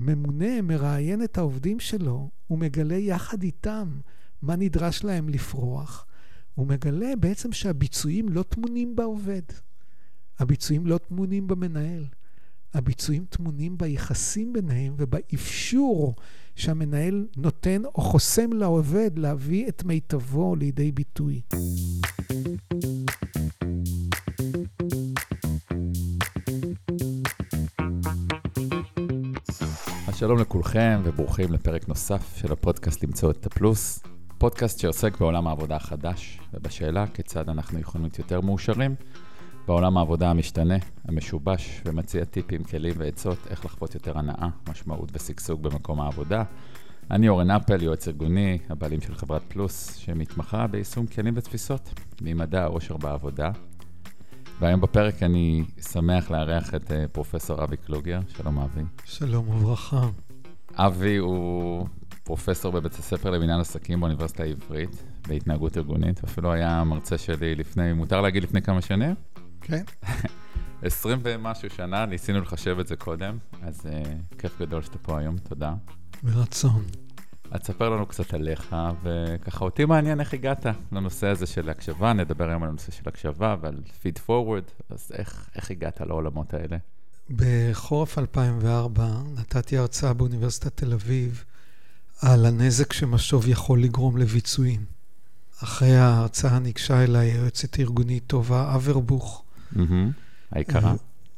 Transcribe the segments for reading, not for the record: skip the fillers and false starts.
ממונה מראיין את העובדים שלו, הוא מגלה יחד איתם מה נדרש להם לפרוח, הוא מגלה בעצם שהביצועים לא תמונים בעובד, הביצועים לא תמונים במנהל, הביצועים תמונים ביחסים ביניהם ובאפשור שהמנהל נותן או חוסם לעובד להביא את מיטבו לידי ביטוי. שלום לכולכם וברוכים לפרק נוסף של הפודקאסט למצוא את הפלוס, פודקאסט שעוסק בעולם העבודה החדש ובשאלה כיצד אנחנו יכולים להיות יותר מאושרים בעולם העבודה המשתנה, המשובש, ומציע טיפים, כלים ועצות איך לחוות יותר הנאה, משמעות ושגשוג במקום העבודה. אני אורן אפל, יועץ ארגוני, הבעלים של חברת פלוס, שמתמחה ביישום כלים ותפיסות ממדע העושר בעבודה. והיום בפרק אני שמח לארח את פרופסור אבי קלוגר. שלום אבי. שלום וברכה. אבי הוא פרופסור בבית הספר למנהל עסקים באוניברסיטה העברית, בהתנהגות ארגונית, ואפילו היה מרצה שלי לפני, מותר להגיד לפני כמה שנים? כן. 20 ומשהו שנה, ניסינו לחשב את זה קודם, אז כיף גדול שאתה פה היום, תודה. ברצון. אז תספר לנו קצת עליך, וככה אותי מעניין איך הגעת לנושא הזה של הקשבה, נדבר היום על הנושא של הקשבה ועל feed forward, אז איך הגעת לעולמות האלה? בחורף 2004 נתתי הרצאה באוניברסיטת תל אביב על הנזק שמשוב יכול לגרום לביצועים. אחרי ההרצאה ניגשה אליי יועצת ארגונית טובה אברבוך. העיקרה.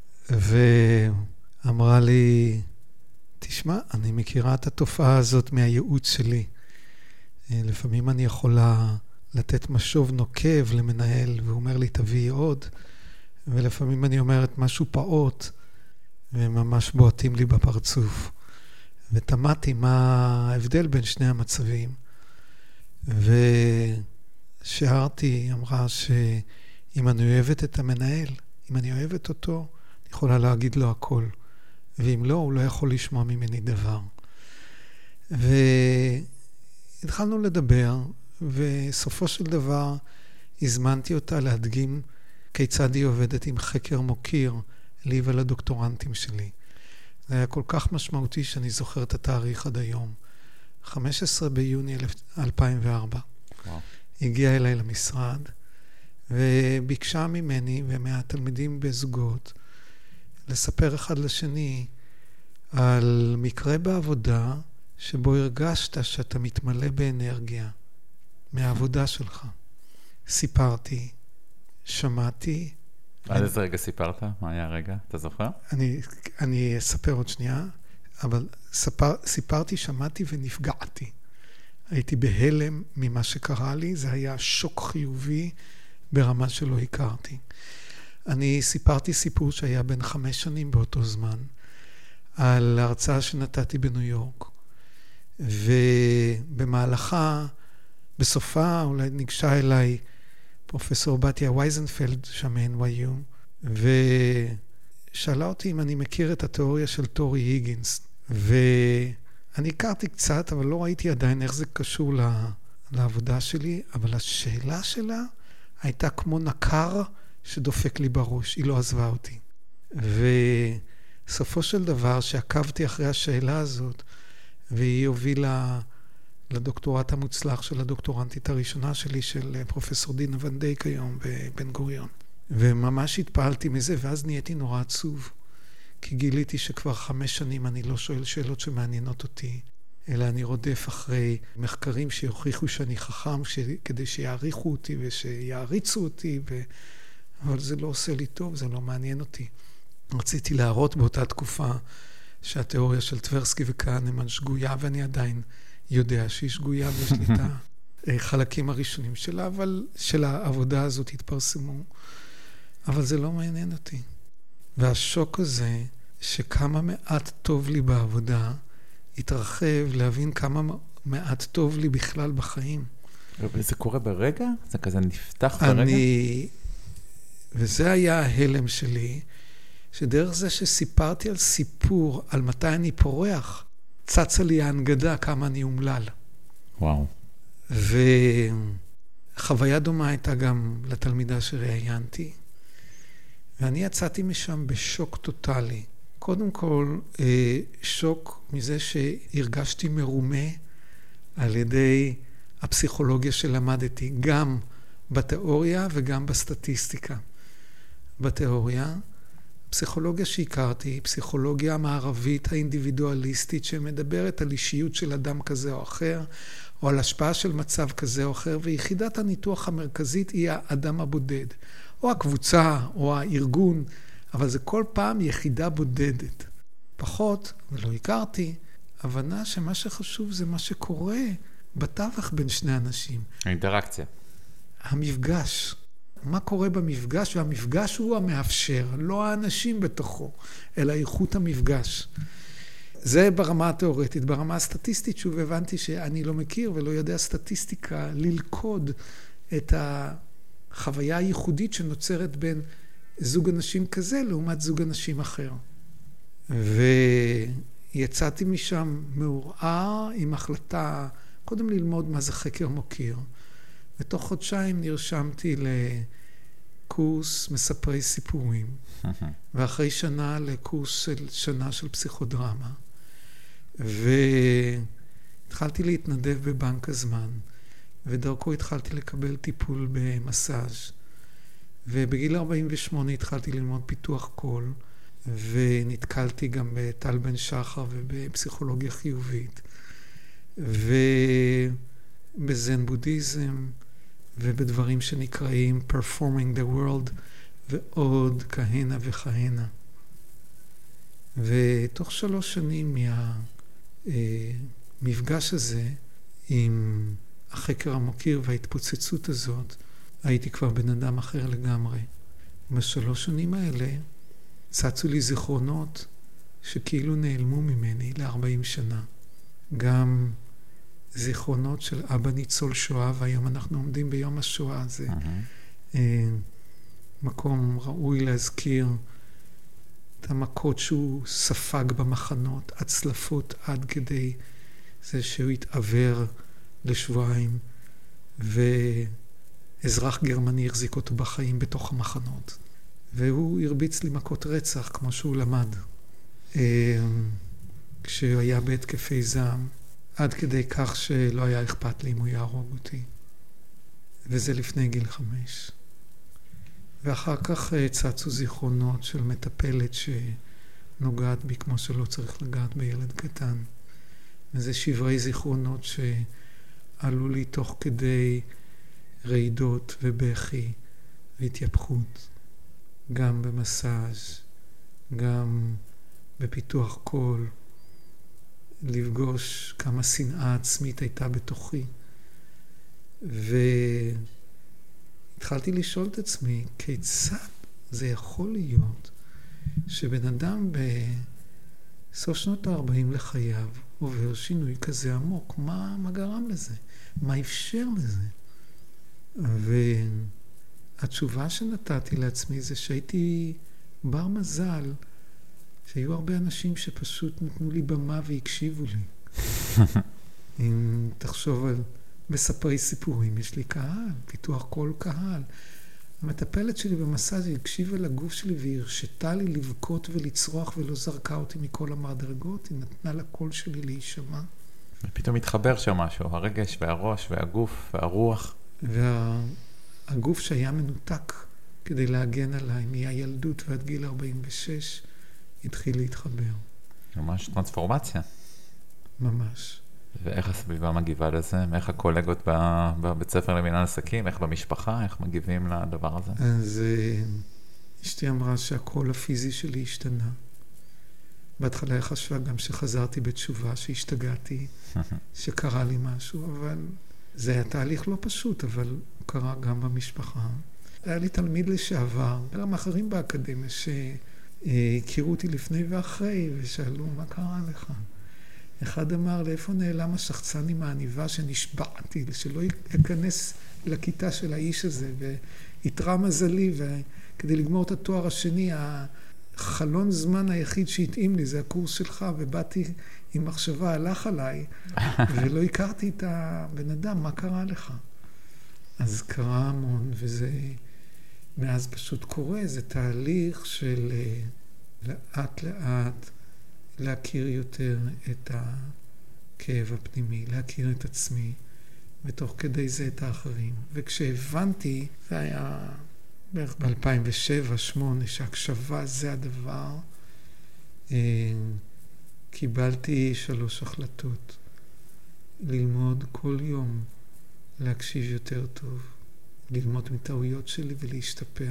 ואמרה לי, תשמע, אני מכירה את התופעה הזאת מהייעוץ שלי. לפעמים אני יכולה לתת משוב נוקב למנהל, והוא אומר לי, תביאי עוד. ולפעמים אני אומרת משהו פעוט, וממש בועטים לי בפרצוף. ותמדתי מה ההבדל בין שני המצבים. ושארתי, אמרה שאם אני אוהבת את המנהל, אם אני אוהבת אותו, אני יכולה להגיד לו הכל. ואם לא, הוא לא יכול לשמוע ממני דבר. והתחלנו לדבר, וסופו של דבר הזמנתי אותה להדגים כיצד היא עובדת עם חקר מוקיר לי ולדוקטורנטים שלי. זה היה כל כך משמעותי שאני זוכר את התאריך עד היום. 15 ביוני 2004. וואו. הגיעה אליי למשרד, וביקשה ממני ומהתלמידים בזוגות, לספר אחד לשני על מקרה בעבודה שבו הרגשת שאתה מתמלא באנרגיה מהעבודה שלך. סיפרתי, שמעתי. עד איזה רגע סיפרת? מה היה הרגע? אתה זוכר? אני אספר עוד שנייה, אבל סיפרתי, שמעתי ונפגעתי. הייתי בהלם ממה שקרה לי, זה היה שוק חיובי ברמה שלא הכרתי. אני סיפרתי סיפור שהיה בין 5 שנים באותו זמן, על הרצאה שנתתי בניו יורק, ובמהלכה, בסופה, אולי ניגשה אליי פרופסור בתיה וייזנפלד, שם מ-NYU, ושאלה אותי אם אני מכיר את התיאוריה של טורי היגינס, ואני הכרתי קצת, אבל לא ראיתי עדיין איך זה קשור לעבודה שלי, אבל השאלה שלה הייתה כמו נקר שדופק לי בראש, היא לא עזבה אותי. וסופו של דבר שעקבתי אחרי השאלה הזאת, והיא הובילה לדוקטורט המוצלח של הדוקטורנטית הראשונה שלי, של פרופסור דינה ון דייק היום בבן גוריון. וממש התפעלתי מזה, ואז נהייתי נורא עצוב, כי גיליתי שכבר 5 שנים אני לא שואל שאלות שמעניינות אותי, אלא אני רודף אחרי מחקרים שיוכיחו שאני חכם, כדי שיעריכו אותי ושיעריצו אותי, אבל זה לא עושה לי טוב, זה לא מעניין אותי. רציתי להראות באותה תקופה שהתיאוריה של טברסקי וכהנמן שגויה, ואני עדיין יודע שהיא שגויה, ויש לי את החלקים הראשונים שלה, אבל של העבודה הזאת התפרסמו. אבל זה לא מעניין אותי. והשוק הזה, שכמה מעט טוב לי בעבודה, התרחב להבין כמה מעט טוב לי בכלל בחיים. וזה קורה ברגע? זה כזה נפתח ברגע? וזה היה ההלם שלי, שדרך זה שסיפרתי על סיפור, על מתי אני פורח, צצה לי ההנגדה כמה אני אומלל. וואו. וחוויה דומה הייתה גם לתלמידה שראיינתי, ואני יצאתי משם בשוק טוטלי. קודם כל, שוק מזה שהרגשתי מרומה על ידי הפסיכולוגיה שלמדתי, גם בתיאוריה וגם בסטטיסטיקה. בתיאוריה, פסיכולוגיה שהכרתי, פסיכולוגיה המערבית האינדיבידואליסטית שמדברת על אישיות של אדם כזה או אחר, או על השפעה של מצב כזה או אחר, ויחידת הניתוח המרכזית היא האדם הבודד, או הקבוצה, או הארגון, אבל זה כל פעם יחידה בודדת. פחות, ולא הכרתי, הבנה שמה שחשוב זה מה שקורה בתווך בין שני אנשים. האינטראקציה. המפגש. מה קורה במפגש? והמפגש הוא המאפשר, לא האנשים בתוכו, אלא איכות המפגש. זה ברמה התיאורטית. ברמה הסטטיסטית, שוב הבנתי שאני לא מכיר ולא יודע סטטיסטיקה, ללכוד את החוויה הייחודית שנוצרת בין זוג אנשים כזה לעומת זוג אנשים אחר. ויצאתי משם מעורער עם החלטה, קודם ללמוד מה זה חקר מוקיר. ותוך חודשיים נרשמתי לקורס מספרי סיפורים, ואחרי שנה לקורס של שנה של פסיכודרמה. והתחלתי להתנדב בבנק הזמן, ודרכו התחלתי לקבל טיפול במסאז'. ובגיל 48 התחלתי ללמוד פיתוח קול, ונתקלתי גם בטל בן שחר ובפסיכולוגיה חיובית, ובזן בודהיזם, ובדברים שנקראים Performing the World, ועוד כהנה וכהנה. ותוך 3 שנים מהמפגש הזה עם החקר המוקיר וההתפוצצות הזאת, הייתי כבר בן אדם אחר לגמרי. ב3 שנים האלה צצו לי זיכרונות שכאילו נעלמו ממני ל40 שנה. גם זיכרונות של אבא ניצול שואה, והיום אנחנו עומדים ביום השואה. זה מקום ראוי להזכיר את המכות שהוא ספג במחנות, הצלפות עד כדי זה שהוא התעבר לשבועיים, ואזרח גרמני החזיק אותו בחיים בתוך המחנות. והוא הרביץ לי מכות רצח כמו שהוא למד. כשהוא היה בהתקפי זעם, עד כדי כך שלא היה אכפת לי אם הוא יהרוג אותי. וזה לפני גיל 5. ואחר כך צצו זיכרונות של מטפלת שנוגעת בי כמו שלא צריך לגעת בילד קטן. וזה שברי זיכרונות שעלו לי תוך כדי רעידות ובכי והתייפחות. גם במסאז', גם בפיתוח קול, לפגוש כמה שנאה עצמית הייתה בתוכי. והתחלתי לשאול את עצמי, כיצד זה יכול להיות שבן אדם בסוף שנות ה-40 לחייו עובר שינוי כזה עמוק? מה גרם לזה? מה אפשר לזה? והתשובה שנתתי לעצמי זה שהייתי בר מזל, שהיו הרבה אנשים שפשוט נתנו לי במה והקשיבו לי. אם תחשוב על מספרי סיפורים, יש לי קהל, פיתוח כל קהל. המטפלת שלי במסאז' הקשיבה לגוף שלי והרשתה לי לבכות ולצרוח ולא זרקה אותי מכל המדרגות, היא נתנה לקול שלי להישמע. ופתאום התחבר שם משהו, הרגש והראש והגוף והרוח. והגוף שהיה מנותק כדי להגן עליי מהילדות ועד גיל 46, התחיל להתחבר. ממש טרנספורמציה. ממש. ואיך הסביבה מגיבה לזה? איך הקולגות בבית ספר למינהל עסקים? איך במשפחה? איך מגיבים לדבר הזה? אז אשתי אמרה שהקול הפיזי שלי השתנה. בהתחלה היא חשבה גם שחזרתי בתשובה, שהשתגעתי, שקרה לי משהו, אבל זה היה תהליך לא פשוט, אבל הוא קרה גם במשפחה. היה לי תלמיד לשעבר, גם אחרים באקדמיה, שהכירו אותי לפני ואחרי, ושאלו, מה קרה לך? אחד אמר, לאיפה נעלם השחצן עם העניבה שנשבעתי, שלא ייכנס לכיתה של האיש הזה, והתרע מזלי, וכדי לגמור את התואר השני, החלון זמן היחיד שהתאים לי, זה הקורס שלך, ובאתי עם מחשבה, הלך עליי, ולא הכרתי את הבן אדם, מה קרה לך? אז קרה המון, וזה מאז פשוט קורה, זה תהליך של לאט לאט להכיר יותר את הכאב הפנימי, להכיר את עצמי, ותוך כדי זה את האחרים. וכשהבנתי, זה היה בערך ב-2007-2008, שהקשבה זה הדבר, קיבלתי 3 החלטות. ללמוד כל יום, להקשיב יותר טוב, ללמוד מטעויות שלי ולהשתפר.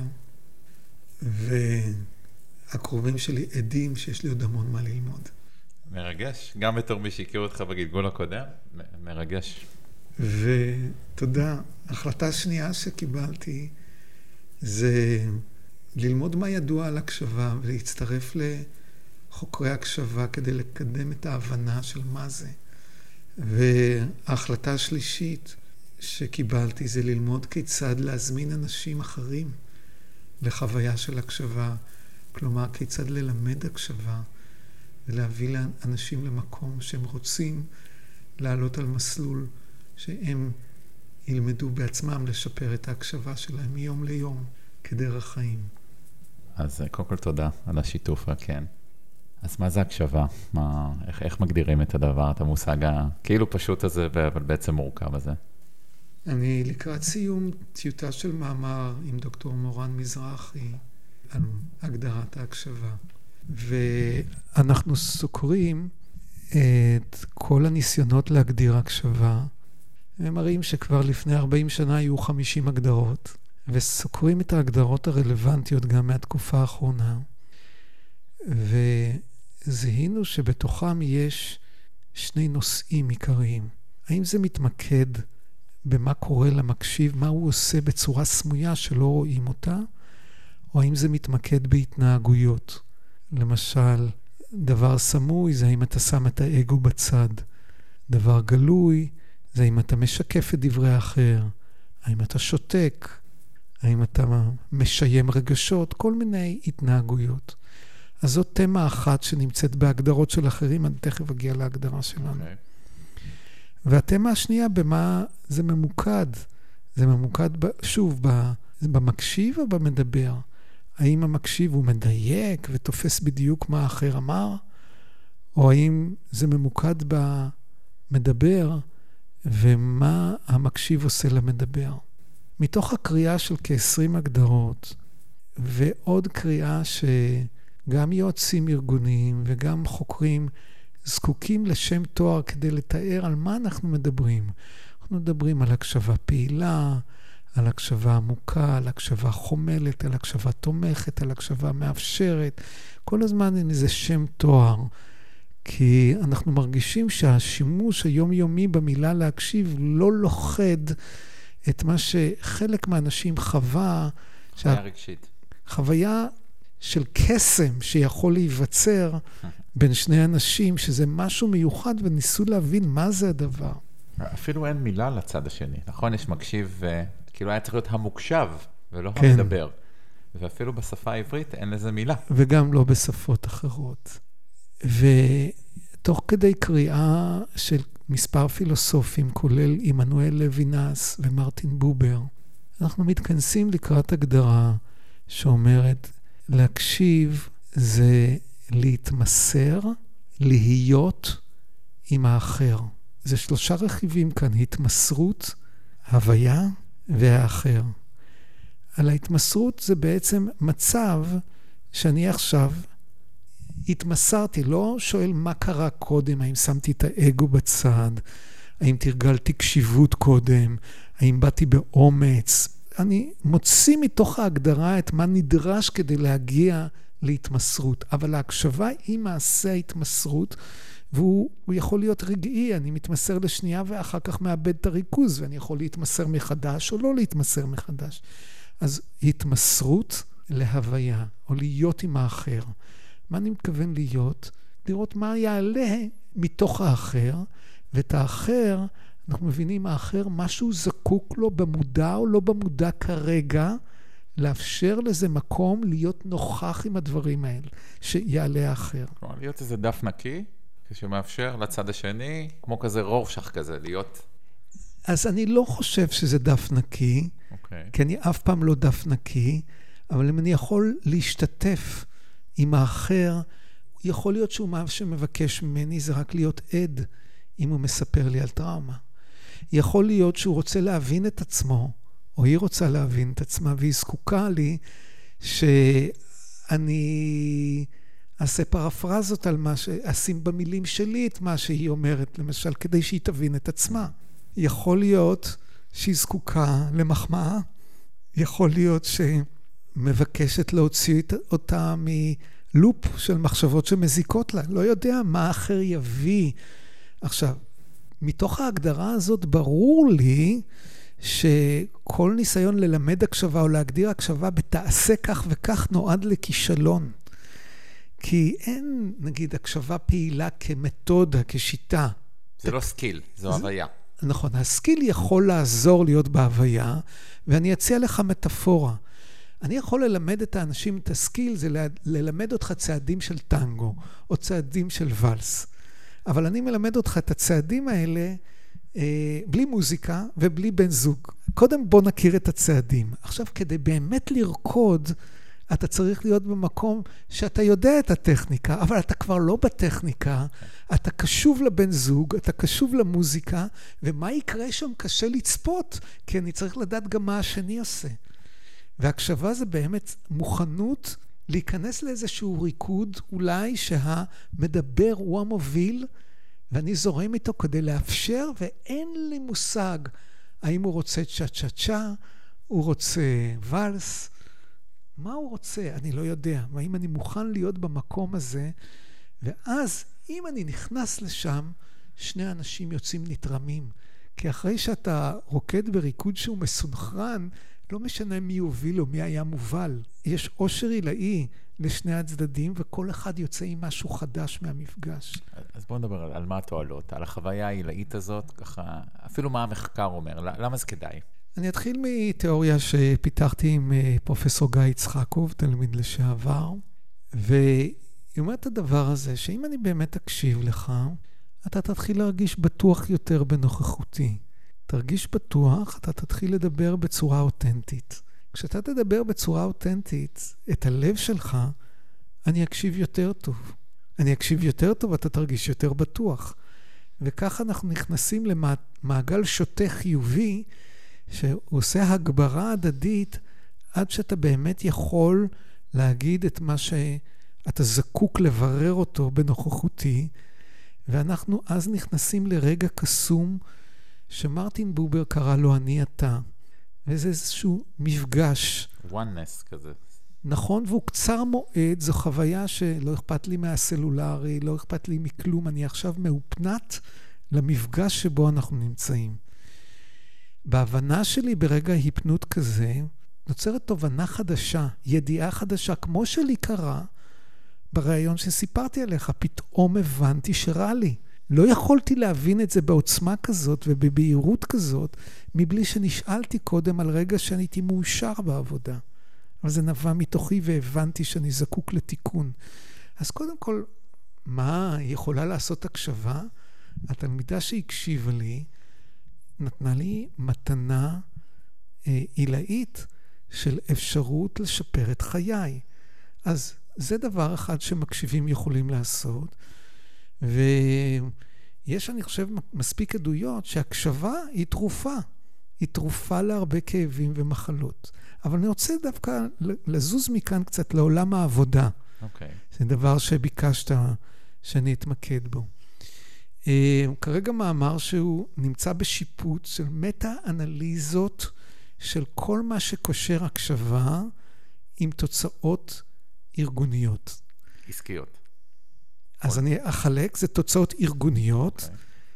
והקרובים שלי עדים שיש לי עוד המון מה ללמוד. מרגש, גם בתור מי שהכיר אותך בגלגול הקודם, מרגש. ותודה. החלטה שנייה שקיבלתי זה ללמוד מה ידוע על הקשבה ולהצטרף לחוקרי הקשבה כדי לקדם את ההבנה של מה זה. וההחלטה השלישית שקיבלתי זה ללמוד כיצד להזמין אנשים אחרים לחוויה של הקשבה, כלומר כיצד ללמד הקשבה ולהביא לאנשים למקום שהם רוצים לעלות על מסלול שהם ילמדו בעצמם לשפר את ההקשבה שלהם מיום ליום כדרך חיים. אז קודם כל תודה על השיתוף, כן. אז מה זה הקשבה? איך מגדירים את הדבר, את המושג כאילו פשוט הזה, אבל בעצם מורכב הזה? אני לקראת סיום טיוטה של מאמר עם דוקטור מורן מזרחי על הגדרת ההקשבה. ואנחנו סוקרים את כל הניסיונות להגדיר הקשבה. הם מראים שכבר לפני 40 שנה היו 50 הגדרות, וסוקרים את ההגדרות הרלוונטיות גם מהתקופה האחרונה. וזיהינו שבתוכם יש 2 נושאים עיקריים. האם זה מתמקד במה קורה למקשיב, מה הוא עושה בצורה סמויה שלא רואים אותה, או האם זה מתמקד בהתנהגויות. למשל, דבר סמוי זה האם אתה שם את האגו בצד. דבר גלוי זה האם אתה משקף את דברי האחר, האם אתה שותק, האם אתה משיים רגשות, כל מיני התנהגויות. אז זאת תמה אחת שנמצאת בהגדרות של אחרים, אני תכף אגיע להגדרה שלנו. Okay. והתמה השנייה, במה זה ממוקד? זה ממוקד, שוב, במקשיב או במדבר? האם המקשיב הוא מדייק ותופס בדיוק מה האחר אמר? או האם זה ממוקד במדבר ומה המקשיב עושה למדבר? מתוך הקריאה של כ-20 הגדרות, ועוד קריאה שגם יועצים ארגוניים וגם חוקרים זקוקים לשם תואר כדי לתאר על מה אנחנו מדברים. אנחנו מדברים על הקשבה פעילה, על הקשבה עמוקה, על הקשבה חומלת, על הקשבה תומכת, על הקשבה מאפשרת. כל הזמן אין איזה שם תואר, כי אנחנו מרגישים שהשימוש היומיומי במילה להקשיב לא לוכד את מה שחלק מהאנשים חווה. חוויה רגשית. חוויה של קסם שיכול להיווצר בין 2 אנשים, שזה משהו מיוחד, וניסו להבין מה זה הדבר. אפילו אין מילה לצד השני, נכון? יש מקשיב, כאילו היה צריך להיות המוקשב, ולא המדבר. ואפילו בשפה העברית אין לזה מילה. וגם לא בשפות אחרות. ותוך כדי קריאה של מספר פילוסופים, כולל עמנואל לוינס ומרטין בובר, אנחנו מתכנסים לקראת הגדרה שאומרת, להקשיב זה להתמסר, להיות עם האחר. זה 3 רכיבים כאן, התמסרות, הוויה והאחר. על ההתמסרות זה בעצם מצב שאני עכשיו התמסרתי, לא שואל מה קרה קודם, האם שמתי את האגו בצד, האם תרגלתי קשיבות קודם, האם באתי באומץ. אני מוציא מתוך ההגדרה את מה נדרש כדי להגיע להתמסרות, אבל ההקשבה היא מעשה ההתמסרות, והוא יכול להיות רגעי, אני מתמסר לשנייה ואחר כך מאבד את הריכוז, ואני יכול להתמסר מחדש או לא להתמסר מחדש. אז התמסרות להוויה, או להיות עם האחר. מה אני מתכוון להיות? לראות מה יעלה מתוך האחר, ואת האחר, אנחנו מבינים האחר, משהו זקוק לו במודע או לא במודע כרגע, לאפשר לזה מקום להיות נוכח עם הדברים האלה, שיעלה האחר. כלומר, להיות איזה דף נקי, שמאפשר לצד השני, כמו כזה רורשך כזה, להיות... אז אני לא חושב שזה דף נקי, כי אני אף פעם לא דף נקי, אבל אם אני יכול להשתתף עם האחר, יכול להיות שהוא מה שמבקש ממני זה רק להיות עד, אם הוא מספר לי על טראומה. יכול להיות שהוא רוצה להבין את עצמו, או היא רוצה להבין את עצמה, והיא זקוקה לי שאני אעשה פרפרזות על מה אשים במילים שלי את מה שהיא אומרת, למשל, כדי שהיא תבין את עצמה. יכול להיות שהיא זקוקה למחמאה, יכול להיות שמבקשת להוציא אותה מלופ של מחשבות שמזיקות לה. לא יודע מה אחר יביא. עכשיו, מתוך ההגדרה הזאת ברור לי שכל ניסיון ללמד הקשבה או להגדיר הקשבה בתעשה כך וכך נועד לכישלון. כי אין, נגיד, הקשבה פעילה כמתודה, כשיטה. זה לא סקיל, זו הוויה. נכון, הסקיל יכול לעזור להיות בהוויה, ואני אציע לך מטאפורה. אני יכול ללמד את האנשים את הסקיל, זה ללמד אותך צעדים של טנגו, או צעדים של ולס. אבל אני מלמד אותך את הצעדים האלה, בלי מוזיקה ובלי בן זוג. קודם בוא נכיר את הצעדים. עכשיו, כדי באמת לרקוד, אתה צריך להיות במקום שאתה יודע את הטכניקה, אבל אתה כבר לא בטכניקה, אתה קשוב לבן זוג, אתה קשוב למוזיקה, ומה יקרה שם קשה לצפות, כי אני צריך לדעת גם מה השני עושה. והקשבה זה באמת מוכנות להיכנס לאיזשהו ריקוד, אולי שהמדבר הוא המוביל, ואני זורם איתו כדי לאפשר, ואין לי מושג האם הוא רוצה צ'ה-צ'ה-צ'ה, הוא רוצה ולס, מה הוא רוצה? אני לא יודע. והאם אני מוכן להיות במקום הזה, ואז אם אני נכנס לשם, שני אנשים יוצאים נתרמים. כי אחרי שאתה רוקד בריקוד שהוא מסונכרן, לא משנה מי הוביל או מי היה מובל. יש עושר עילאי לשני הצדדים, וכל אחד יוצא עם משהו חדש מהמפגש. אז בואו נדבר על מה התועלות, על החוויה העילאית הזאת, ככה, אפילו מה המחקר אומר, למה זה כדאי? אני אתחיל מתיאוריה שפיתחתי עם פרופסור גיא יצחקוב, תלמיד לשעבר, והיא אומרת את הדבר הזה, שאם אני באמת אקשיב לך, אתה תתחיל להרגיש בטוח יותר בנוכחותי. תרגיש בטוח, אתה תתחיל לדבר בצורה אותנטית. כשאתה תדבר בצורה אותנטית, את הלב שלך, אני אקשיב יותר טוב. אני אקשיב יותר טוב, אתה תרגיש יותר בטוח. וכך אנחנו נכנסים למעגל שוטה חיובי, שהוא עושה הגברה הדדית, עד שאתה באמת יכול להגיד את מה שאתה זקוק לברר אותו בנוכחותי, ואנחנו אז נכנסים לרגע קסום, שמרטין בובר קרא לו אני אתה, וזה איזשהו מפגש. oneness כזה. נכון, והוא קצר מועד, זו חוויה שלא אכפת לי מהסלולרי, לא אכפת לי מכלום, אני עכשיו מאופנת למפגש שבו אנחנו נמצאים. בהבנה שלי ברגע היפנות כזה, נוצרת תובנה חדשה, ידיעה חדשה, כמו שלי קרה, ברעיון שסיפרתי עליך, פתאום הבנתי שרע לי. לא יכולתי להבין את זה בעוצמה כזאת ובבהירות כזאת, מבלי שנשאלתי קודם על רגע שאני הייתי מאושר בעבודה. אבל זה נבע מתוכי והבנתי שאני זקוק לתיקון. אז קודם כל, מה יכולה לעשות הקשבה? התלמידה שהקשיבה לי, נתנה לי מתנה עילאית של אפשרות לשפר את חיי. אז זה דבר אחד שמקשיבים יכולים לעשות, ויש, אני חושב, מספיק עדויות שהקשבה היא תרופה. היא תרופה להרבה כאבים ומחלות. אבל אני רוצה דווקא לזוז מכאן קצת לעולם העבודה. אוקיי. זה דבר שביקשת שאני אתמקד בו. כרגע מאמר שהוא נמצא בשיפוט של מטה-אנליזות של כל מה שקושר הקשבה עם תוצאות ארגוניות. עסקיות. אז אני אחלק, זה תוצאות ארגוניות,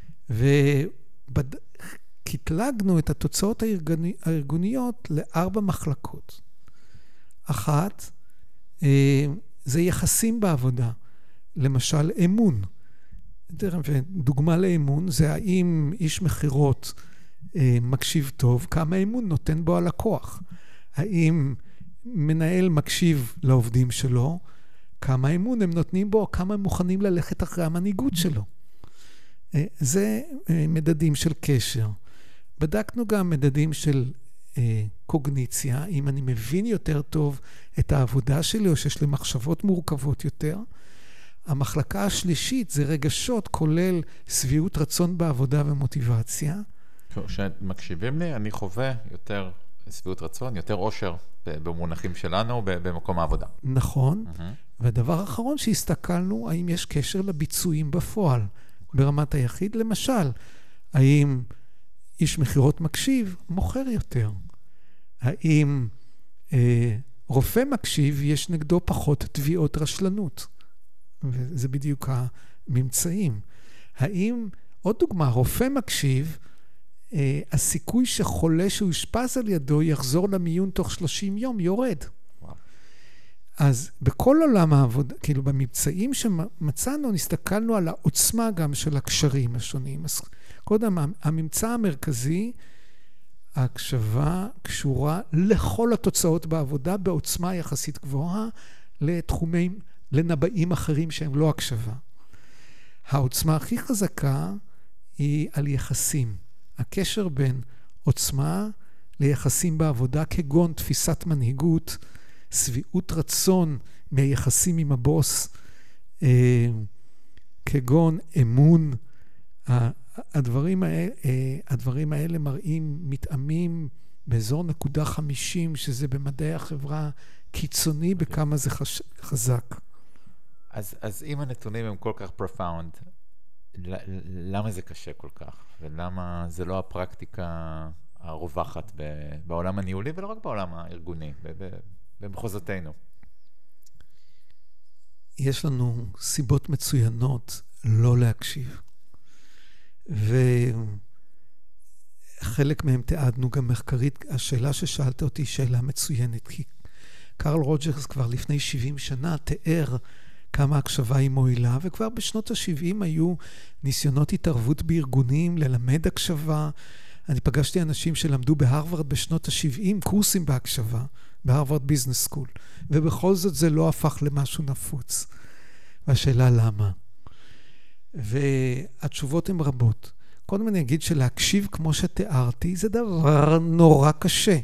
וקטלגנו את התוצאות הארגוניות ל4 מחלקות. אחת, זה יחסים בעבודה, למשל אמון. דוגמה לאמון זה האם איש מחירות מקשיב טוב, כמה אמון נותן בו הלקוח. האם מנהל מקשיב לעובדים שלו, כמה אמון הם נותנים בו, כמה הם מוכנים ללכת אחרי המנהיגות שלו. זה מדדים של קשר. בדקנו גם מדדים של קוגניציה, אם אני מבין יותר טוב את העבודה שלי, או שיש לי מחשבות מורכבות יותר. המחלקה השלישית זה רגשות, כולל שביעות רצון בעבודה ומוטיבציה. כשמקשיבים לי, אני חווה יותר שביעות רצון, יותר אושר במונחים שלנו, במקום העבודה. נכון. והדבר האחרון שהסתכלנו, האם יש קשר לביצועים בפועל, ברמת היחיד. למשל, האם איש מחירות מקשיב, מוכר יותר. האם רופא מקשיב, יש נגדו פחות תביעות רשלנות. וזה בדיוק הממצאים. האם, עוד דוגמה, רופא מקשיב, הסיכוי שחולה שהוא ישפז על ידו יחזור למיון תוך 30 יום יורד. וואו. אז בכל עולם העבודה, כאילו בממצאים שמצאנו, נסתכלנו על העוצמה גם של הקשרים השונים. אז קודם, הממצא המרכזי, ההקשבה קשורה לכל התוצאות בעבודה בעוצמה יחסית גבוהה לתחומים, לנבאים אחרים שהם לא הקשבה. העוצמה הכי חזקה היא על יחסים. הקשר בין עוצמה ליחסים בעבודה, כגון תפיסת מנהיגות, שביעות רצון מהיחסים עם הבוס, כגון אמון. הדברים האלה מראים מתאמים באזור נקודה 50, שזה במדעי החברה קיצוני בכמה זה חזק. אז אם הנתונים הם כל כך profound, למה זה קשה כל כך? ולמה זה לא הפרקטיקה הרווחת בעולם הניהולי, ולא רק בעולם הארגוני, במחוזותינו? יש לנו סיבות מצוינות לא להקשיב. וחלק מהם תיעדנו גם מחקרית. השאלה ששאלת אותי היא שאלה מצוינת, כי קרל רוג'רס כבר לפני 70 שנה תיאר כמה הקשבה היא מועילה, וכבר בשנות ה-70 היו ניסיונות התערבות בארגונים ללמד הקשבה. אני פגשתי אנשים שלמדו בהרווארד בשנות ה-70 קורסים בהקשבה, בהרווארד ביזנס סקול, ובכל זאת זה לא הפך למשהו נפוץ. והשאלה למה? והתשובות הן רבות. קודם אני אגיד שלהקשיב כמו שתיארתי זה דבר נורא קשה.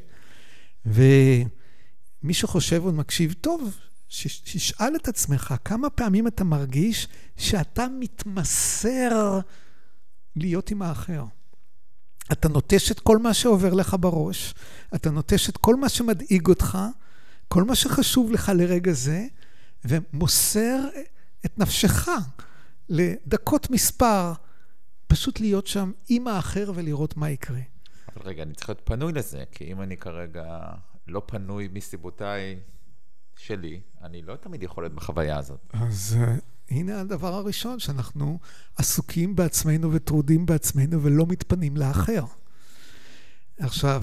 ומי שחושב ומקשיב טוב, שישאל את עצמך כמה פעמים אתה מרגיש שאתה מתמסר להיות עם האחר. אתה נוטש את כל מה שעובר לך בראש, אתה נוטש את כל מה שמדאיג אותך, כל מה שחשוב לך לרגע זה, ומוסר את נפשך לדקות מספר, פשוט להיות שם עם האחר ולראות מה יקרה. אבל רגע, אני צריך להיות פנוי לזה, כי אם אני כרגע לא פנוי מסיבותיי שלי, אני לא תמיד יכול להיות בחוויה הזאת. אז הנה הדבר הראשון, שאנחנו עסוקים בעצמנו וטרודים בעצמנו ולא מתפנים לאחר. עכשיו,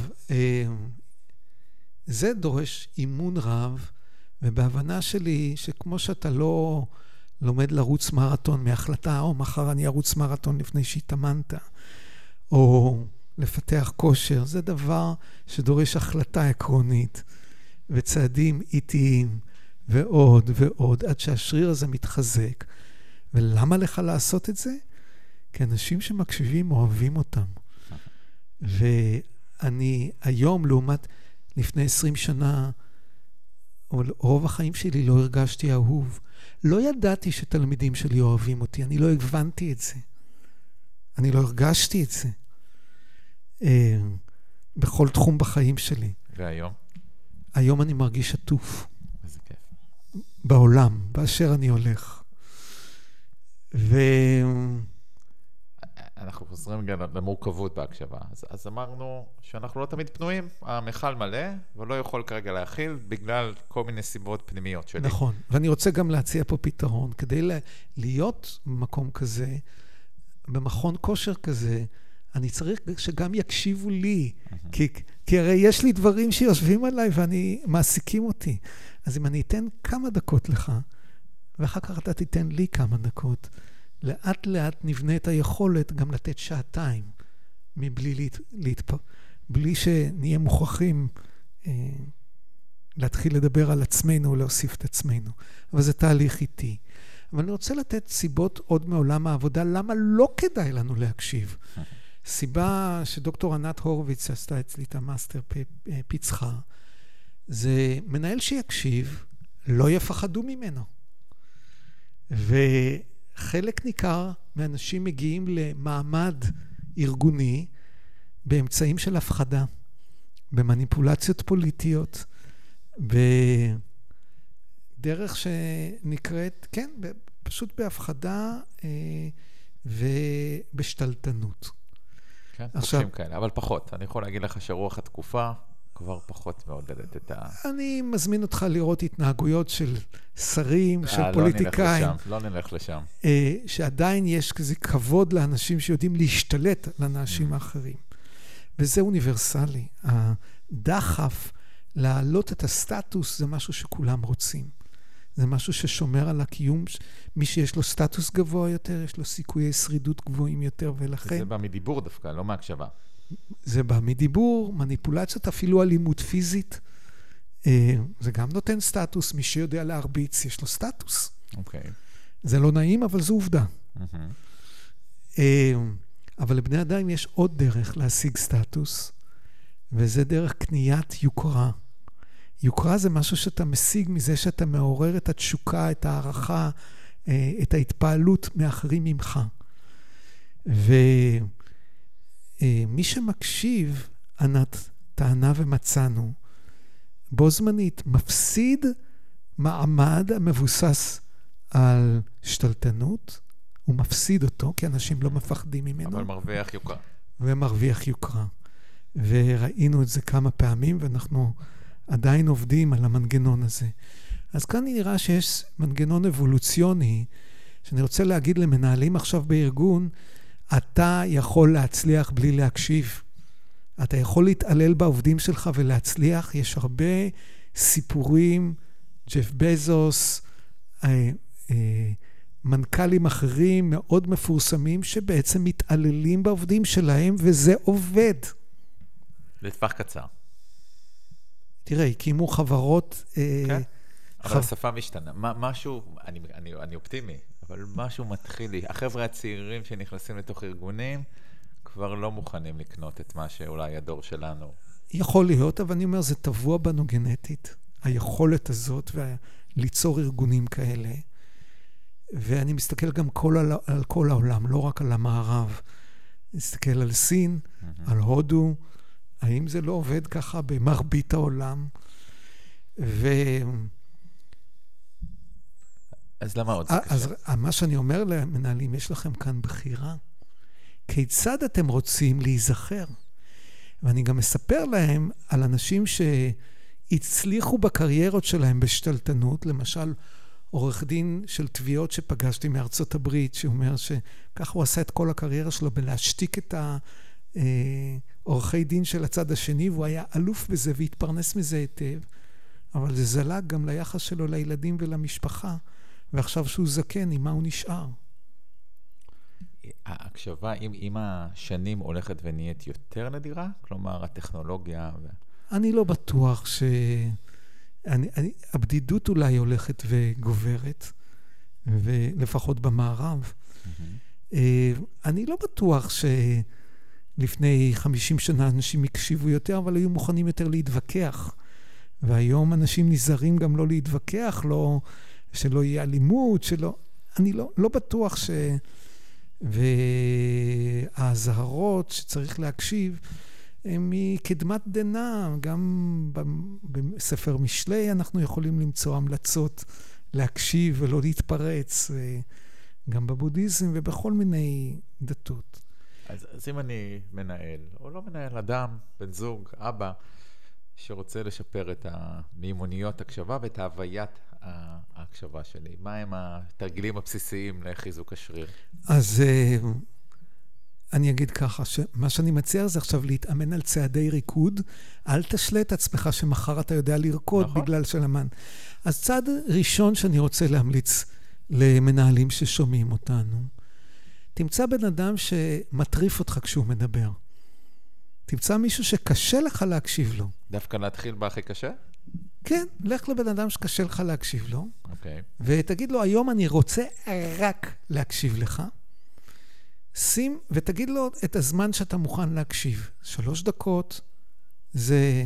זה דורש אימון רב, ובהבנה שלי שכמו שאתה לא לומד לרוץ מרתון מהחלטה, או מחר אני ארוץ מרתון לפני שהתאמנת, או לפתח כושר, זה דבר שדורש החלטה עקרונית, וצעדים איטיים, ועוד ועוד, עד שהשריר הזה מתחזק. ולמה לך לעשות את זה? כי אנשים שמקשיבים אוהבים אותם. ואני היום, לעומת לפני 20 שנה, רוב החיים שלי לא הרגשתי אהוב. לא ידעתי שתלמידים שלי אוהבים אותי, אני לא הבנתי את זה. אני לא הרגשתי את זה. בכל תחום בחיים שלי. והיום? היום אני מרגיש עטוף. איזה כיף. בעולם, באשר אני הולך. אנחנו חוזרים גם למורכבות בהקשבה. אז אמרנו שאנחנו לא תמיד פנויים, המחל מלא, ולא יכול כרגע להכיל בגלל כל מיני סיבות פנימיות שלי. נכון, ואני רוצה גם להציע פה פתרון. כדי להיות במקום כזה, במכון כושר כזה, אני צריך שגם יקשיבו לי, כי הרי יש לי דברים שיושבים עליי ואני מעסיקים אותי. אז אם אני אתן כמה דקות לך, ואחר כך אתה תיתן לי כמה דקות, לאט לאט נבנה את היכולת גם לתת שעתיים, בלי שנהיה מוכרחים להתחיל לדבר על עצמנו או להוסיף את עצמנו. אבל זה תהליך איטי. אבל אני רוצה לתת סיבות עוד מעולם העבודה, למה לא כדאי לנו להקשיב. סיבה שדוקטור ענת הורוביץ עשתה אצלי את המאסטר פיצחה, זה מנהל שיקשיב, לא יפחדו ממנו. וחלק ניכר מאנשים מגיעים למעמד ארגוני באמצעים של הפחדה, במניפולציות פוליטיות, בדרך שנקראת, כן, פשוט בהפחדה ובשתלטנות. כן, פוגשים כאלה, אבל פחות. אני יכול להגיד לך שרוח התקופה כבר פחות מעודדת את אני מזמין אותך לראות התנהגויות של שרים, של פוליטיקאים. לא נלך לשם. שעדיין יש כזה כבוד לאנשים שיודעים להשתלט על האנשים האחרים. וזה אוניברסלי. הדחף להעלות את הסטטוס זה משהו שכולם רוצים. זה משהו ששומר על הקיום. מי שיש לו סטטוס גבוה יותר, יש לו סיכויי שרידות גבוהים יותר, ולכן... זה בא מדיבור דווקא, לא מהקשבה. זה בא מדיבור, מניפולציות, אפילו אלימות פיזית. זה גם נותן סטטוס. מי שיודע להרביץ, יש לו סטטוס. אוקיי. זה לא נעים, אבל זו עובדה. אבל לבני אדם יש עוד דרך להשיג סטטוס, וזה דרך קניית יוקרה. יוקרה זה משהו שאתה משיג מזה שאתה מעורר את התשוקה, את הערכה, את ההתפעלות מאחרים ממך. ומי שמקשיב, ענת טענה ומצאנו, בו זמנית מפסיד מעמד המבוסס על שתלטנות, הוא מפסיד אותו, כי אנשים לא מפחדים ממנו. אבל מרוויח יוקרה. ומרוויח יוקרה. וראינו את זה כמה פעמים, ואנחנו עדיין עובדים על המנגנון הזה. אז כאן נראה שיש מנגנון אבולוציוני, שאני רוצה להגיד למנהלים עכשיו בארגון, אתה יכול להצליח בלי להקשיב. אתה יכול להתעלל בעובדים שלך ולהצליח. יש הרבה סיפורים, ג'ף בזוס, מנכ"לים אחרים מאוד מפורסמים, שבעצם מתעללים בעובדים שלהם, וזה עובד. לטווח קצר. תראה, הקימו חברות... כן, אבל השפה משתנה. משהו, אני אופטימי, אבל משהו מתחיל לי. החבר'ה הצעירים שנכנסים לתוך ארגונים, כבר לא מוכנים לקנות את מה שאולי הדור שלנו. יכול להיות, אבל אני אומר, זה טבוע בנו גנטית. היכולת הזאת, ליצור ארגונים כאלה. ואני מסתכל גם על כל העולם, לא רק על המערב. מסתכל על סין, על הודו. האם זה לא עובד ככה במרבית העולם? אז למה עוד זה קשה? אז מה שאני אומר למנהלים, יש לכם כאן בחירה. כיצד אתם רוצים להיזכר? ואני גם מספר להם על אנשים שהצליחו בקריירות שלהם בשתלטנות, למשל, עורך דין של תביעות שפגשתי מארצות הברית, שאומר שכך הוא עשה את כל הקריירה שלו בלהשתיק את עורכי דין של הצד השני, והוא היה אלוף בזה והתפרנס מזה היטב, אבל זה זלג גם ליחס שלו לילדים ולמשפחה, ועכשיו שהוא זקן, עם מה הוא נשאר? ההקשבה, עם השנים הולכת ונהיית יותר נדירה? כלומר, הטכנולוגיה... אני לא בטוח הבדידות אולי הולכת וגוברת, ולפחות במערב. אני לא בטוח שלפני 50 שנה אנשים הקשיבו יותר, אבל היו מוכנים יותר להתווכח. והיום אנשים נזהרים גם לא להתווכח, שלא יהיה אלימות, אני לא בטוח וההזהרות שצריך להקשיב, מקדמת דנא, גם בספר משלי אנחנו יכולים למצוא המלצות להקשיב ולא להתפרץ, גם בבודהיזם ובכל מיני דתות. אז אם אני מנהל, או לא מנהל, אדם, בן זוג, אבא, שרוצה לשפר את המיומנויות הקשבה ואת ההוויית ההקשבה שלי, מה הם התרגילים הבסיסיים לחיזוק השריר? אז אני אגיד ככה, מה שאני מציע זה עכשיו להתאמן על צעדי ריקוד, אל תשלה את עצמך שמחר אתה יודע לרקוד, נכון. בגלל שלמן. אז צעד ראשון שאני רוצה להמליץ למנהלים ששומעים אותנו, תמצא בן אדם שמטריף אותך כשהוא מדבר. תמצא מישהו שקשה לך להקשיב לו. דווקא להתחיל בהכי קשה? כן, לך לבן אדם שקשה לך להקשיב לו, אוקיי. ותגיד לו, היום אני רוצה רק להקשיב לך, שים ותגיד לו את הזמן שאתה מוכן להקשיב. 3 דקות זה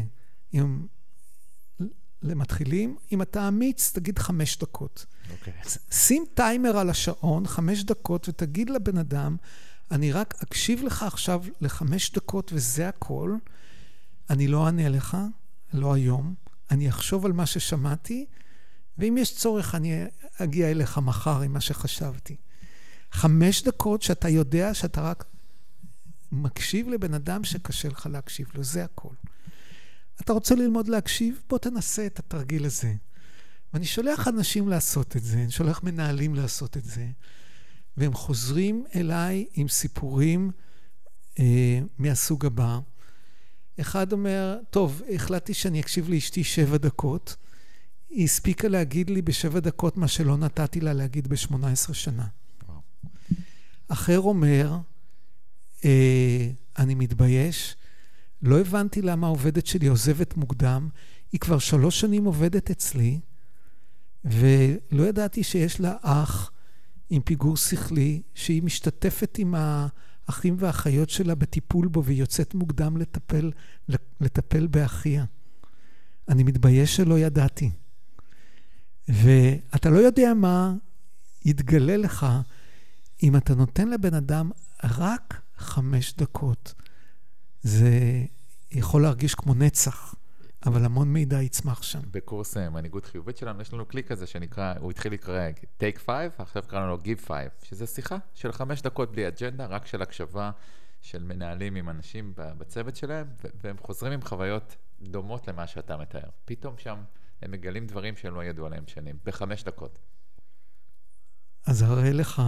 למתחילים. אם אתה אמיץ, תגיד 5 דקות. שים טיימר על השעון, 5 דקות, ותגיד לבן אדם, אני רק אקשיב לך עכשיו ל5 דקות, וזה הכל. אני לא אענה לך, לא היום. אני אחשוב על מה ששמעתי, ואם יש צורך, אני אגיע אליך מחר עם מה שחשבתי. 5 דקות שאתה יודע שאתה רק מקשיב לבן אדם שקשה לך להקשיב לו, זה הכל. אתה רוצה ללמוד להקשיב? בוא תנסה את התרגיל הזה. ואני שולח אנשים לעשות את זה, אני שולח מנהלים לעשות את זה, והם חוזרים אליי עם סיפורים מהסוג הבא. אחד אומר, טוב, החלטתי שאני אקשיב לאשתי 7 דקות, היא הספיקה להגיד לי ב7 דקות מה שלא נתתי לה להגיד ב18 שנה. וואו. אחר אומר, אני מתבייש, לא הבנתי למה העובדת שלי עוזבת מוקדם, היא כבר 3 שנים עובדת אצלי, ולא ידעתי שיש לה אח עם פיגור שכלי, שהיא משתתפת עם האחים והאחיות שלה בטיפול בו, והיא יוצאת מוקדם לטפל באחיה. אני מתבייש שלא ידעתי. ואתה לא יודע מה יתגלה לך, אם אתה נותן לבן אדם רק 5 דקות. זה יכול להרגיש כמו נצח, אבל המון מידע יצמח שם. בקורס מנהיגות חיובית שלנו, יש לנו כלי כזה שנקרא, הוא התחיל לקרוא Take 5, עכשיו קראנו לו Give 5, שזה שיחה של 5 דקות בלי אג'נדה, רק של הקשבה של מנהלים עם אנשים בצוות שלהם, והם חוזרים עם חוויות דומות למה שאתה מתאר. פתאום שם הם מגלים דברים שהם לא ידעו עליהם שנים, ב5 דקות. אז הרי לך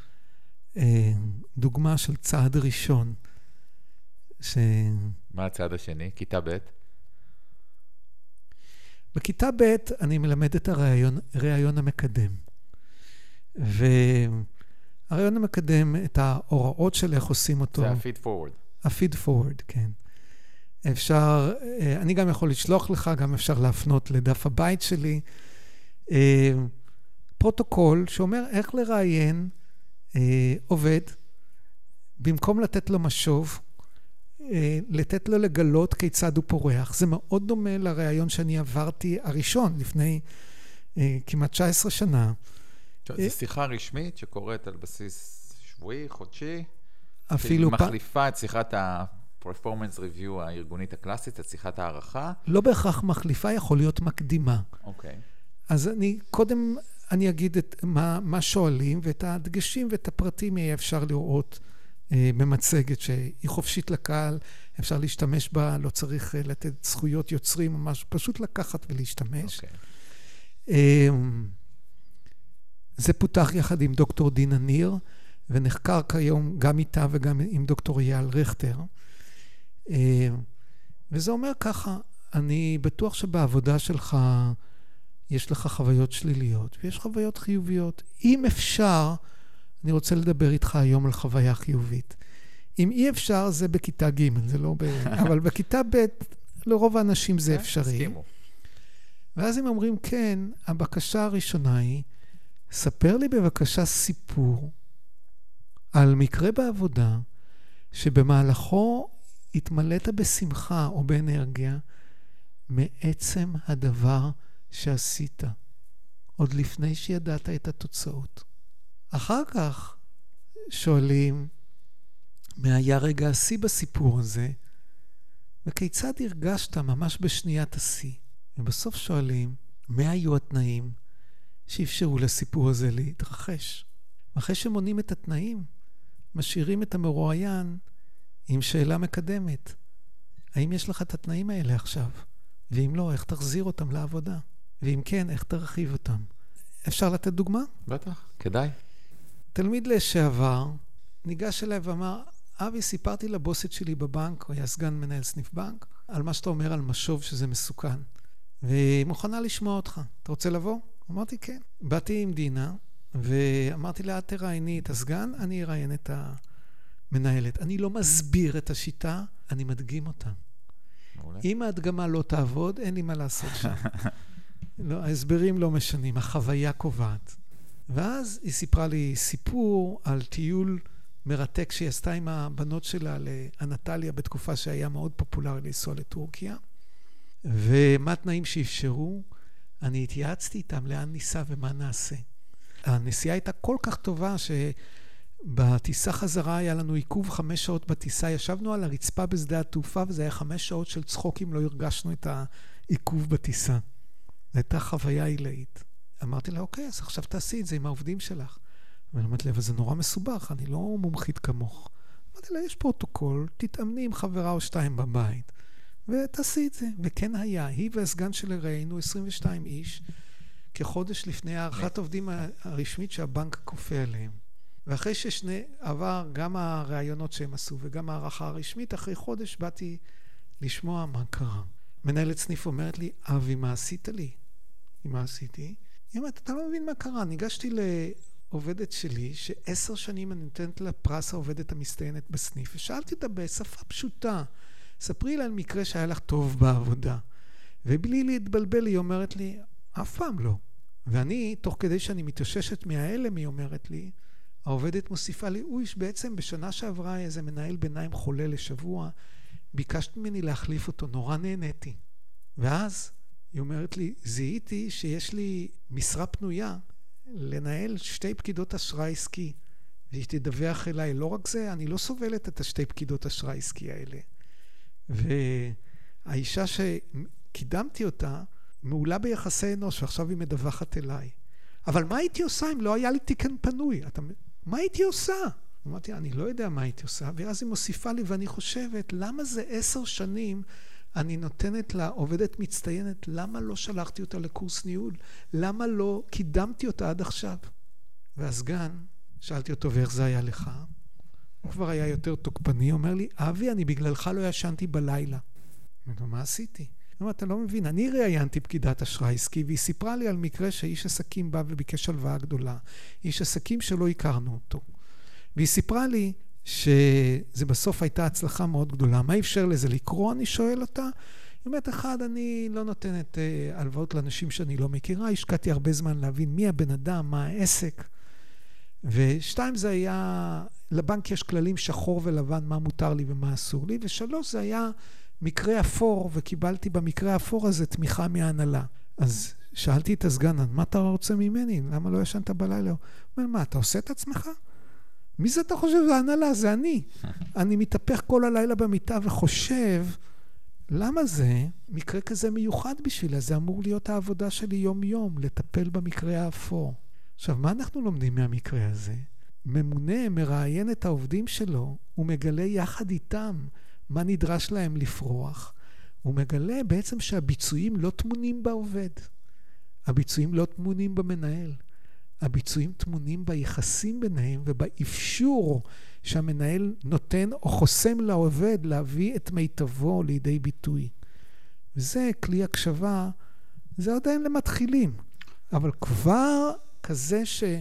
דוגמה של צעד ראשון. מה הצעד השני? כיתה ב'? בכיתה ב' אני מלמד את הרעיון המקדם. והרעיון המקדם, את ההוראות של איך עושים אותו. זה הפיד פורוורד. הפיד פורוורד, כן. אפשר, אני גם יכול לשלוח לך, גם אפשר להפנות לדף הבית שלי. פרוטוקול שאומר איך לראיין עובד, במקום לתת לו משוב, לתת לו לגלות כיצד הוא פורח. זה מאוד דומה לרעיון שאני עברתי הראשון, לפני כמעט 19 שנה. זו שיחה רשמית שקורית על בסיס שבועי, חודשי, אפילו מחליפה את שיחת ה-performance review הארגונית הקלאסית, את שיחת הערכה. לא בהכרח מחליפה, יכול להיות מקדימה. אוקיי. אז קודם אני אגיד מה שואלים, ואת הדגשים ואת הפרטים יהיה אפשר לראות במצגת שהיא חופשית לקהל, אפשר להשתמש בה, לא צריך לתת זכויות יוצרים, ממש פשוט לקחת ולהשתמש. זה פותח יחד עם דוקטור דינה ניר, ונחקר כיום גם איתה וגם עם דוקטור אייל רכטר. וזה אומר ככה, אני בטוח שבעבודה שלך יש לך חוויות שליליות, ויש חוויות חיוביות. אם אפשר, אני רוצה לדבר איתך היום על חוויה חיובית. אם אי אפשר, זה בכיתה ג', זה לא אבל בכיתה ב', לרוב האנשים זה אפשרי. ואז הם אומרים, כן, הבקשה הראשונה היא, ספר לי בבקשה סיפור על מקרה בעבודה, שבמהלכו התמלאת בשמחה או באנרגיה, מעצם הדבר שעשית, עוד לפני שידעת את התוצאות. אחר כך שואלים, מה היה רגע השיא בסיפור הזה, וכיצד הרגשת ממש בשניית השיא. ובסוף שואלים, מה היו התנאים שאפשרו לסיפור הזה להתרחש. ואחרי שמונים את התנאים, משאירים את המרואיין עם שאלה מקדמת. האם יש לך את התנאים האלה עכשיו? ואם לא, איך תחזיר אותם לעבודה? ואם כן, איך תרחיב אותם? אפשר לתת דוגמה? בטח, כדאי. תלמיד לשעבר ניגש אליי ואמר, אבי, סיפרתי לבוסית שלי בבנק, הוא היה סגן מנהל סניף בנק, על מה שאתה אומר על משוב שזה מסוכן. והיא מוכנה לשמוע אותך. אתה רוצה לבוא? אמרתי, כן. באתי עם דינה, ואמרתי לה, תראייני את הסגן, אני אראיין את המנהלת. אני לא מסביר את השיטה, אני מדגים אותה. אם ההדגמה לא תעבוד, אין לי מה לעשות שם. לא, ההסברים לא משנים, החוויה קובעת. ואז היא סיפרה לי סיפור על טיול מרתק שהיא עשתה עם הבנות שלה לאנטליה בתקופה שהיה מאוד פופולרי לנסוע לטורקיה. ומה התנאים שאפשרו? אני התייעצתי איתם לאן ניסע ומה נעשה. הנסיעה הייתה כל כך טובה שבטיסה חזרה היה לנו עיכוב 5 שעות בטיסה. ישבנו על הרצפה בשדה התעופה וזה היה 5 שעות של צחוקים, לא הרגשנו את העיכוב בטיסה. זו הייתה חוויה עילאית. אמרתי לה, אוקיי, אז עכשיו תעשי את זה עם העובדים שלך. ואני אומרת לה, אבל זה נורא מסובך, אני לא מומחית כמוך. אמרתי לה, יש פרוטוקול, תתאמני עם חברה או 2 בבית, ותעשי את זה. וכן היה, היא והסגן שלה ראינו 22 איש, כחודש לפני הערכת עובדים הרשמית שהבנק כופה עליהם. ואחרי עבר גם הרעיונות שהם עשו וגם הערכה הרשמית, אחרי חודש באתי לשמוע מה קרה. מנהלת סניף אומרת לי, אבי, מה עשית לי? מה עשיתי? היא אומרת, אתה לא מבין מה קרה. ניגשתי לעובדת שלי, ש10 שנים אני נותנת לה פרס העובדת המצטיינת בסניף, ושאלתי אותה בשפה פשוטה, ספרי לה על מקרה שהיה לך טוב בעבודה. ובלי להתבלבל, היא אומרת לי, אף פעם לא. ואני, תוך כדי שאני מתאוששת מההלם, היא אומרת לי, העובדת מוסיפה לי, בעצם בשנה שעברה איזה מנהל ביניים חולה לשבוע, ביקשת ממני להחליף אותו, נורא נהניתי. ואז היא אומרת לי, זיהיתי שיש לי משרה פנויה לנהל 2 פקידות אשראי עסקי, והיא תדווח אליי. לא רק זה, אני לא סובלת את 2 פקידות אשראי עסקי האלה. והאישה שקידמתי אותה, מעולה ביחסי אנוש, ועכשיו היא מדווחת אליי. אבל מה הייתי עושה אם לא היה לי תיקן פנוי? מה הייתי עושה? אמרתי, אני לא יודע מה הייתי עושה, ואז היא מוסיפה לי, ואני חושבת, למה זה 10 שנים אני נותנת לה עובדת מצטיינת, למה לא שלחתי אותה לקורס ניהול? למה לא קידמתי אותה עד עכשיו? והסגן, שאלתי אותו, ואיך זה היה לך? הוא כבר היה יותר תוקפני, אומר לי, אבי, אני בגללך לא ישנתי בלילה. אמרתי, מה עשיתי? אתה לא מבין, אני ראיינתי פקידת אשראי עסקי, והיא סיפרה לי על מקרה שאיש עסקים בא וביקש הלוואה גדולה. איש עסקים שלא הכרנו אותו. והיא סיפרה לי שזה בסוף הייתה הצלחה מאוד גדולה. מה אפשר לזה לקרוא? אני שואל אותה. היא אומרת, אחד, אני לא נותנת הלוואות לאנשים שאני לא מכירה, השקעתי הרבה זמן להבין מי הבן אדם, מה העסק. ו2, זה היה, לבנק יש כללים שחור ולבן, מה מותר לי ומה אסור לי. ו3, זה היה מקרה אפור, וקיבלתי במקרה האפור הזה תמיכה מההנהלה. אז שאלתי את הסגן, מה אתה רוצה ממני? למה לא ישנת בלילה? הוא אומר, מה, אתה עושה את עצמך? מי זה אתה חושב? זה ההנהלה, זה אני. אני מתהפך כל הלילה במיטה וחושב, למה זה מקרה כזה מיוחד בשבילה? זה אמור להיות העבודה שלי יום-יום, לטפל במקרה האפור. עכשיו, מה אנחנו לומדים מהמקרה הזה? ממונה מראיין את העובדים שלו, הוא מגלה יחד איתם מה נדרש להם לפרוח. הוא מגלה בעצם שהביצועים לא תמונים בעובד. הביצועים לא תמונים במנהל. הביצועים תמונים ביחסים ביניהם ובאפשור שהמנהל נותן או חוסם לעובד להביא את מיטבו לידי ביטוי. וזה כלי הקשבה, זה עדיין למתחילים. אבל כבר כזה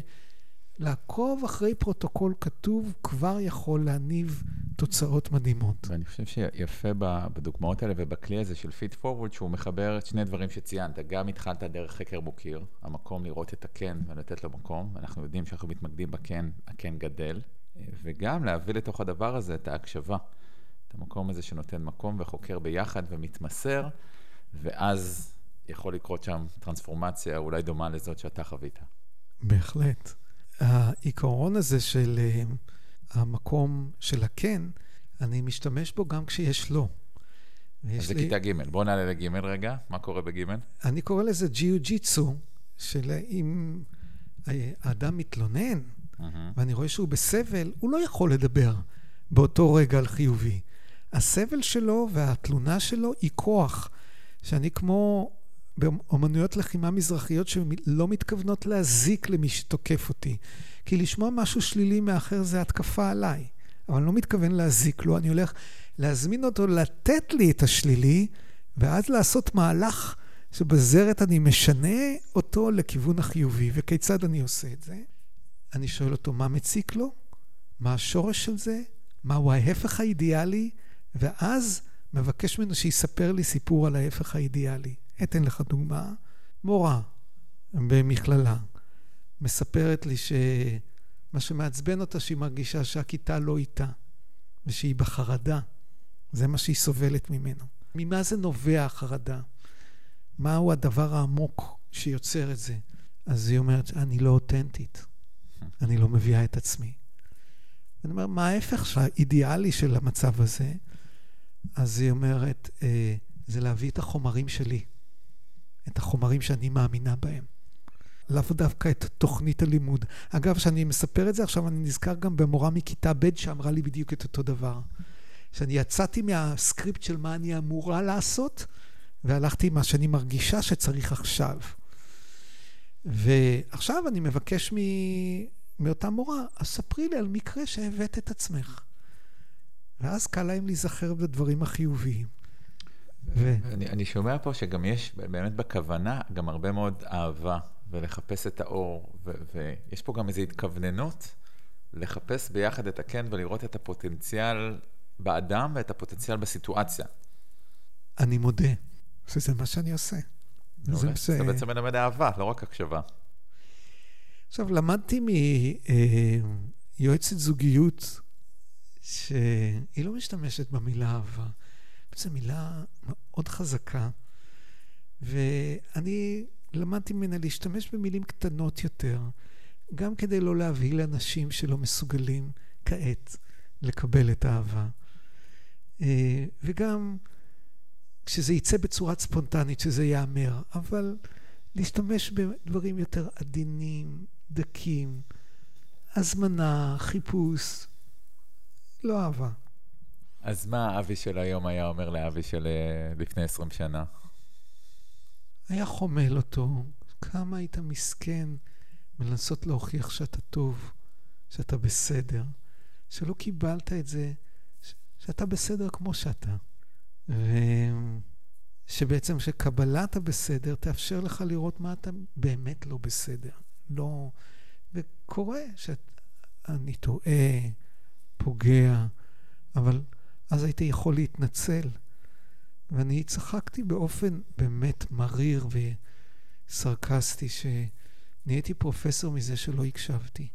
שלעקוב אחרי פרוטוקול כתוב כבר יכול להניב תוצאות מדהימות. ואני חושב שיפה בדוגמאות האלה ובכלי הזה של פיט פורוורד, שהוא מחבר את 2 דברים שציינת. גם התחלת דרך חקר מוקיר, המקום לראות את הכן ולתת לו מקום. אנחנו יודעים שאנחנו מתמקדים בכן, הכן גדל. וגם להביא לתוך הדבר הזה את ההקשבה. את המקום הזה שנותן מקום וחוקר ביחד ומתמסר, ואז יכול לקרות שם טרנספורמציה אולי דומה לזאת שאתה חווית. בהחלט. העיקרון הזה של המקום של הכן, אני משתמש בו גם כשיש לו. אז זה כיתה ג'. בואו נעלה לג' רגע. מה קורה בג'? אני קורא לזה ג'יו-ג'יצו, אם האדם מתלונן, ואני רואה שהוא בסבל, הוא לא יכול לדבר באותו רגע על חיובי. הסבל שלו והתלונה שלו היא כוח, שאני כמו באמנויות לחימה מזרחיות שלא מתכוונות להזיק למי שתוקף אותי. כי לשמוע משהו שלילי מאחר זה התקפה עליי, אבל אני לא מתכוון להזיק לו, אני הולך להזמין אותו לתת לי את השלילי, ואז לעשות מהלך שבזרת אני משנה אותו לכיוון החיובי. וכיצד אני עושה את זה? אני שואל אותו מה מציק לו, מה השורש של זה, מהו ההפך האידיאלי, ואז מבקש ממנו שיספר לי סיפור על ההפך האידיאלי. אתן לך דוגמה, מורה במכללה מספרת לי מה שמעצבן אותה שהיא מרגישה שהכיתה לא איתה, ושהיא בחרדה. זה מה שהיא סובלת ממנו. ממה זה נובע החרדה? מהו הדבר העמוק שיוצר את זה? אז היא אומרת, אני לא אותנטית. אני לא מביאה את עצמי. אני אומר, מה ההפך האידיאלי של המצב הזה? אז היא אומרת, זה להביא את החומרים שלי. את החומרים שאני מאמינה בהם. לאו דווקא את תוכנית הלימוד. אגב, כשאני מספר את זה עכשיו, אני נזכר גם במורה מכיתה ב' שאמרה לי בדיוק את אותו דבר. שאני יצאתי מהסקריפט של מה אני אמורה לעשות, והלכתי עם מה שאני מרגישה שצריך עכשיו. ועכשיו אני מבקש מאותה מורה, אז ספרי לי על מקרה שהבאת את עצמך. ואז קל להם להיזכר בדברים החיוביים. אני שומע פה שגם יש באמת בכוונה גם הרבה מאוד אהבה, ולחפש את האור, ויש פה גם איזו התכווננות, לחפש ביחד את הכן ולראות את הפוטנציאל באדם ואת הפוטנציאל בסיטואציה. אני מודה, שזה מה שאני עושה. זה בעצם מלמד אהבה, לא רק הקשבה. עכשיו, למדתי מיועצת זוגיות, שהיא לא משתמשת במילה אהבה. זו מילה מאוד חזקה, ואני למדתי ממנה להשתמש במילים קטנות יותר, גם כדי לא להביא לאנשים שלא מסוגלים כעת לקבל את האהבה. וגם כשזה יצא בצורה ספונטנית, שזה יאמר, אבל להשתמש בדברים יותר עדינים, דקים, הזמנה, חיפוש, לא אהבה. אז מה אבי של היום היה אומר לאבי של לפני 20 שנה? היה חומל אותו, כמה היית מסכן מלנסות להוכיח שאתה טוב, שאתה בסדר, שלא קיבלת את זה, שאתה בסדר כמו שאתה. ושבעצם שקבלת הבסדר תאפשר לך לראות מה אתה באמת לא בסדר. לא, וקורה שאני טועה, פוגע, אבל אז הייתי יכול להתנצל. ואני צחקתי באופן באמת מריר וסרקסטי, שנהייתי פרופסור מזה שלא הקשבתי.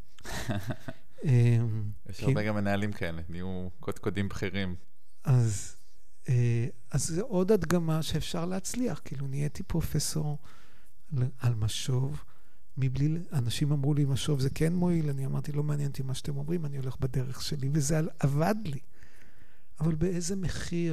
יש הרבה גם מנהלים כאלה, נהיו קודקודים בכירים. אז זה עוד הדגמה שאפשר להצליח, כאילו נהייתי פרופסור על משוב, מבלי, אנשים אמרו לי משוב זה כן מועיל, אני אמרתי לא מעניין אותי מה שאתם אומרים, אני הולך בדרך שלי, וזה עבד לי. אבל באיזה מחיר?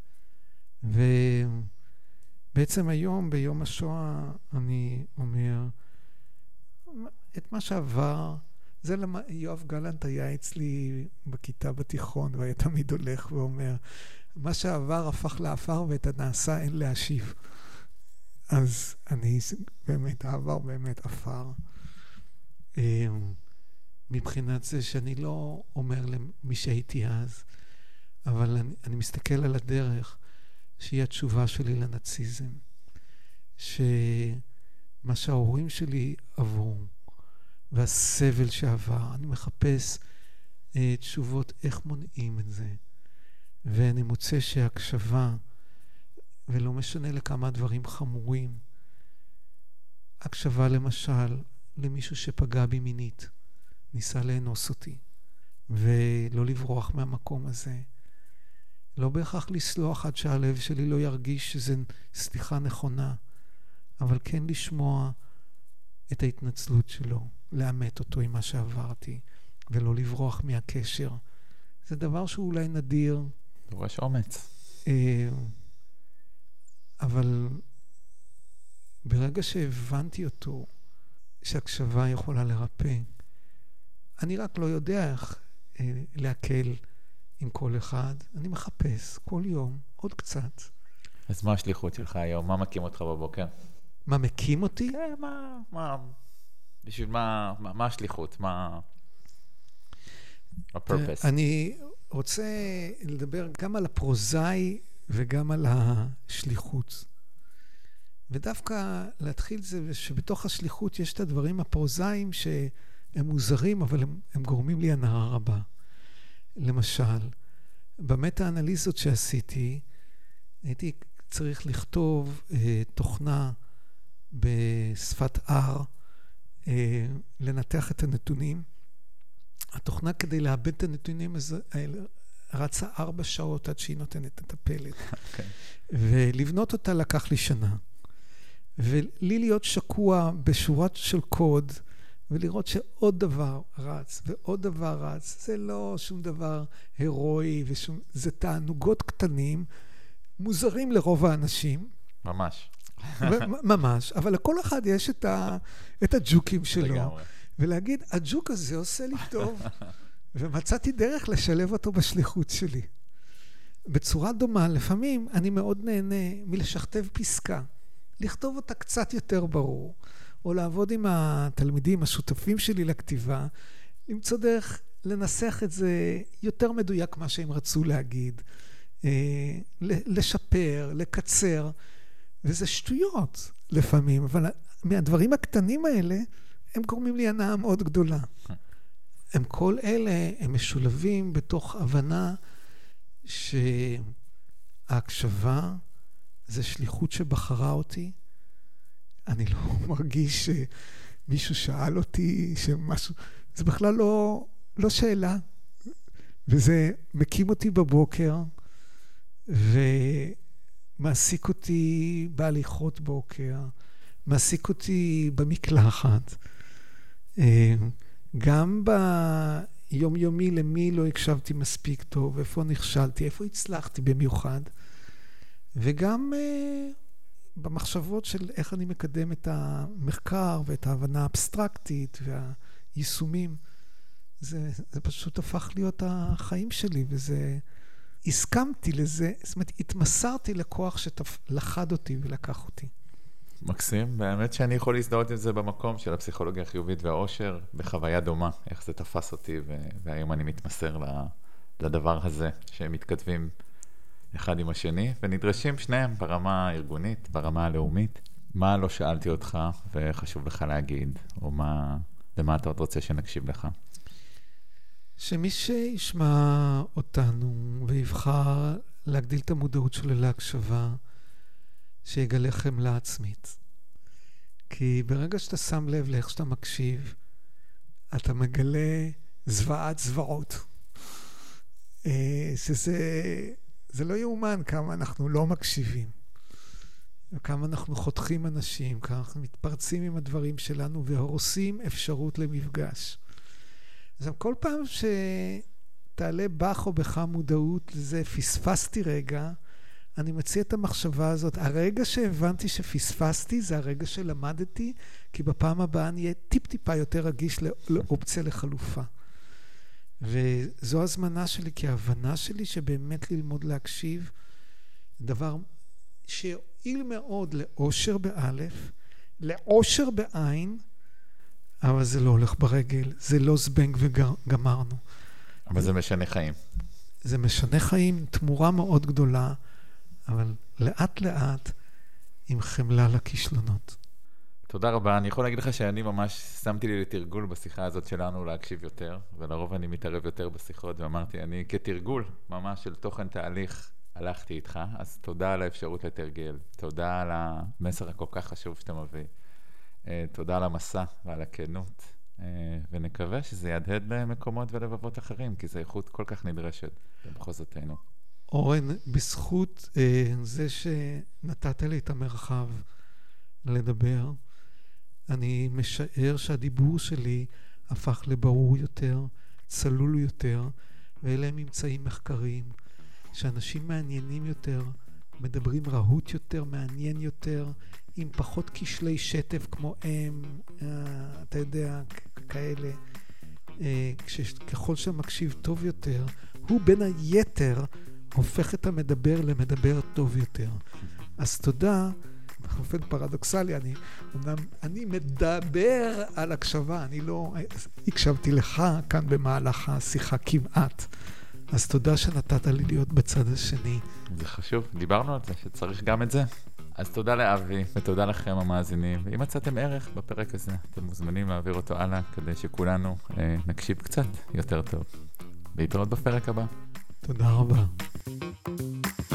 ובעצם היום, ביום השואה, אני אומר, את מה שעבר, זה למה, יואב גלנט היה אצלי בכיתה בתיכון, והיה תמיד הולך ואומר, מה שעבר הפך לאפר ואת הנעשה אין להשיב. אז אני באמת, העבר באמת אפר. מבחינת זה שאני לא אומר למי שהייתי אז, אבל אני מסתכל על הדרך שהיא התשובה שלי לנאציזם. שמה שההורים שלי עברו, והסבל שעבר, אני מחפש תשובות איך מונעים את זה. ואני מוצא שהקשבה, ולא משנה לכמה דברים חמורים, הקשבה למשל למישהו שפגע בי מינית, ניסה לאנוס אותי, ולא לברוח מהמקום הזה. לא בהכרח לסלוח עד שהלב שלי לא ירגיש שזה סליחה נכונה, אבל כן לשמוע את ההתנצלות שלו, לאמת אותו עם מה שעברתי, ולא לברוח מהקשר. זה דבר שהוא אולי נדיר. דורש אומץ. אבל ברגע שהבנתי אותו, שהקשבה יכולה לרפא, אני רק לא יודע איך להקל עם כל אחד. אני מחפש כל יום עוד קצת. אז מה השליחות שלך היום? מה מקים אותך בבוקר? מה מקים אותי? בשביל מה השליחות? מה הפרפס? אני רוצה לדבר גם על הפרוזאי וגם על השליחות. ודווקא להתחיל זה שבתוך השליחות יש את הדברים הפרוזאיים שהם מוזרים, אבל הם גורמים לי הנאה רבה. למשל, במטה-אנליזות שעשיתי, הייתי צריך לכתוב תוכנה בשפת R, לנתח את הנתונים, התוכנה כדי לאבד את הנתונים האלה, רצה 4 שעות עד שהיא נותנת את הפלט. ולבנות אותה לקח לי שנה. ולי להיות שקוע בשורת של קוד, ולראות שעוד דבר רץ, ועוד דבר רץ, זה לא שום דבר הירואי, זה תענוגות קטנים, מוזרים לרוב האנשים. ממש. ממש, אבל לכל אחד יש את הג'וקים שלו. לגמרי. ולהגיד, הג'וק הזה עושה לי טוב, ומצאתי דרך לשלב אותו בשליחות שלי. בצורה דומה, לפעמים אני מאוד נהנה מלשכתב פסקה, לכתוב אותה קצת יותר ברור, או לעבוד עם התלמידים, השותפים שלי לכתיבה, למצוא דרך לנסח את זה יותר מדויק מה שהם רצו להגיד, לשפר, לקצר, וזה שטויות לפעמים, אבל מהדברים הקטנים האלה, הם גורמים לי הנאה מאוד גדולה. הם כל אלה, הם משולבים בתוך הבנה שההקשבה זה שליחות שבחרה אותי. אני לא מרגיש שמישהו שאל אותי שמשהו, זה בכלל לא שאלה. וזה מקים אותי בבוקר, ומעסיק אותי בהליכות בוקר, מעסיק אותי במקלחת. גם ביומיומי למי לא הקשבתי מספיק טוב, איפה נכשלתי, איפה הצלחתי במיוחד, וגם במחשבות של איך אני מקדם את המחקר ואת ההבנה האבסטרקטית והיישומים. זה פשוט הפך להיות החיים שלי, וזה, הסכמתי לזה, זאת אומרת, התמסרתי לכוח שלחד אותי ולקח אותי. מקסים, באמת שאני יכול להזדהות עם זה במקום של הפסיכולוגיה החיובית והאושר, בחוויה דומה, איך זה תפס אותי, והיום אני מתמסר לדבר הזה, שהם מתכתבים אחד עם השני, ונדרשים שניהם ברמה הארגונית, ברמה הלאומית. מה לא שאלתי אותך וחשוב לך להגיד, או למה אתה עוד רוצה שנקשיב לך? שמי שישמע אותנו ויבחר להגדיל את המודעות שלו להקשבה, שיגלה חמלה עצמית. כי ברגע שאתה שם לב לאיך שאתה מקשיב, אתה מגלה זוועת זוועות. זה לא יאומן כמה אנחנו לא מקשיבים. וכמה אנחנו חותכים אנשים, כמה אנחנו מתפרצים עם הדברים שלנו והורסים אפשרות למפגש. אז כל פעם שתעלה בך או בך מודעות לזה, פספסתי רגע, אני מציע את המחשבה הזאת. הרגע שהבנתי שפספסתי, זה הרגע שלמדתי, כי בפעם הבאה אני אהיה טיפ-טיפה יותר רגיש לאופציה לחלופה. וזו הזמנה שלי, כי ההבנה שלי שבאמת ללמוד להקשיב, דבר שיועיל מאוד לאושר באלף, לאושר בעין, אבל זה לא הולך ברגל, זה לא זבנג וגמרנו. אבל זה משנה חיים. זה משנה חיים, תמורה מאוד גדולה, אבל לאט לאט עם חמלה לכישלונות. תודה רבה. אני יכול להגיד לך שאני ממש שמתי לי לתרגול בשיחה הזאת שלנו להקשיב יותר, ולרוב אני מתערב יותר בשיחות, ואמרתי, אני כתרגול ממש של תוכן תהליך הלכתי איתך, אז תודה על האפשרות לתרגל, תודה על המסר הכל כך חשוב שאתה מביא, תודה על המסע ועל הכנות, ונקווה שזה ידהד למקומות ולבבות אחרים, כי זו איכות כל כך נדרשת במחוזותינו. אורן, בזכות זה שנתת לי את המרחב לדבר, אני משער שהדיבור שלי הפך לברור יותר, צלול יותר, ואלה הם ממצאים מחקריים, שאנשים מעניינים יותר, מדברים רהוט יותר, מעניין יותר, עם פחות כשלי שטף כמו אתה יודע, כאלה. ככל שמקשיב טוב יותר, הוא בין היתר הופך את המדבר למדבר טוב יותר. אז תודה, באופן פרדוקסלי, אני מדבר על הקשבה, אני לא הקשבתי לך כאן במהלך השיחה כמעט. אז תודה שנתת לי להיות בצד השני. זה חשוב, דיברנו על זה, שצריך גם את זה. אז תודה לאבי, ותודה לכם המאזינים. ואם מצאתם ערך בפרק הזה, אתם מוזמנים להעביר אותו הלאה, כדי שכולנו נקשיב קצת יותר טוב. להתראות בפרק הבא. תודה רבה.